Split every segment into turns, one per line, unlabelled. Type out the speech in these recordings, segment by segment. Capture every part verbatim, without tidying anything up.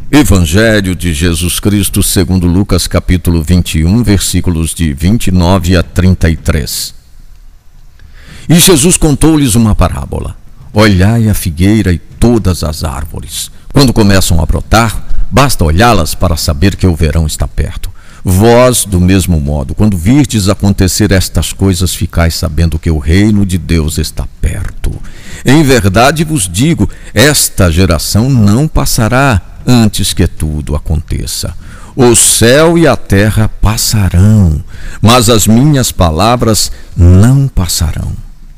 Evangelho de Jesus Cristo segundo Lucas capítulo vinte e um, versículos de vinte e nove a trinta e três. E Jesus contou-lhes uma parábola. Olhai a figueira e todas as árvores. Quando começam a brotar, basta olhá-las para saber que o verão está perto. Vós, do mesmo modo, quando virdes acontecer estas coisas, ficais sabendo que o reino de Deus está perto. Em verdade vos digo, esta geração não passará antes que tudo aconteça. O céu e a terra passarão, mas as minhas palavras não passarão.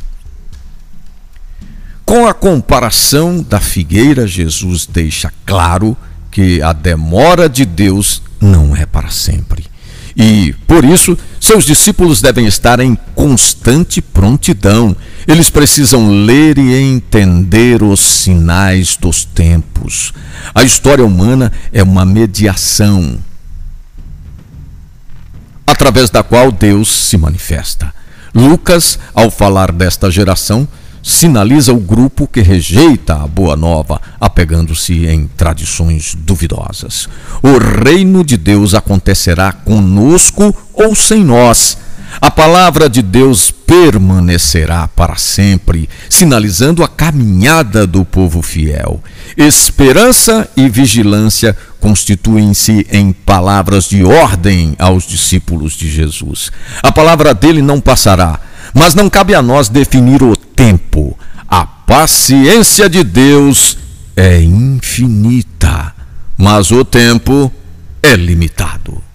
Com a comparação da figueira, Jesus deixa claro que a demora de Deus não é para sempre. E, por isso, seus discípulos devem estar em constante prontidão. Eles precisam ler e entender os sinais dos tempos. A história humana é uma mediação através da qual Deus se manifesta. Lucas, ao falar desta geração, sinaliza o grupo que rejeita a boa nova, apegando-se em tradições duvidosas. O reino de Deus acontecerá conosco ou sem nós. A palavra de Deus permanecerá para sempre, sinalizando a caminhada do povo fiel. Esperança e vigilância constituem-se em palavras de ordem aos discípulos de Jesus. A palavra dele não passará, mas não cabe a nós definir o tempo. A paciência de Deus é infinita, mas o tempo é limitado.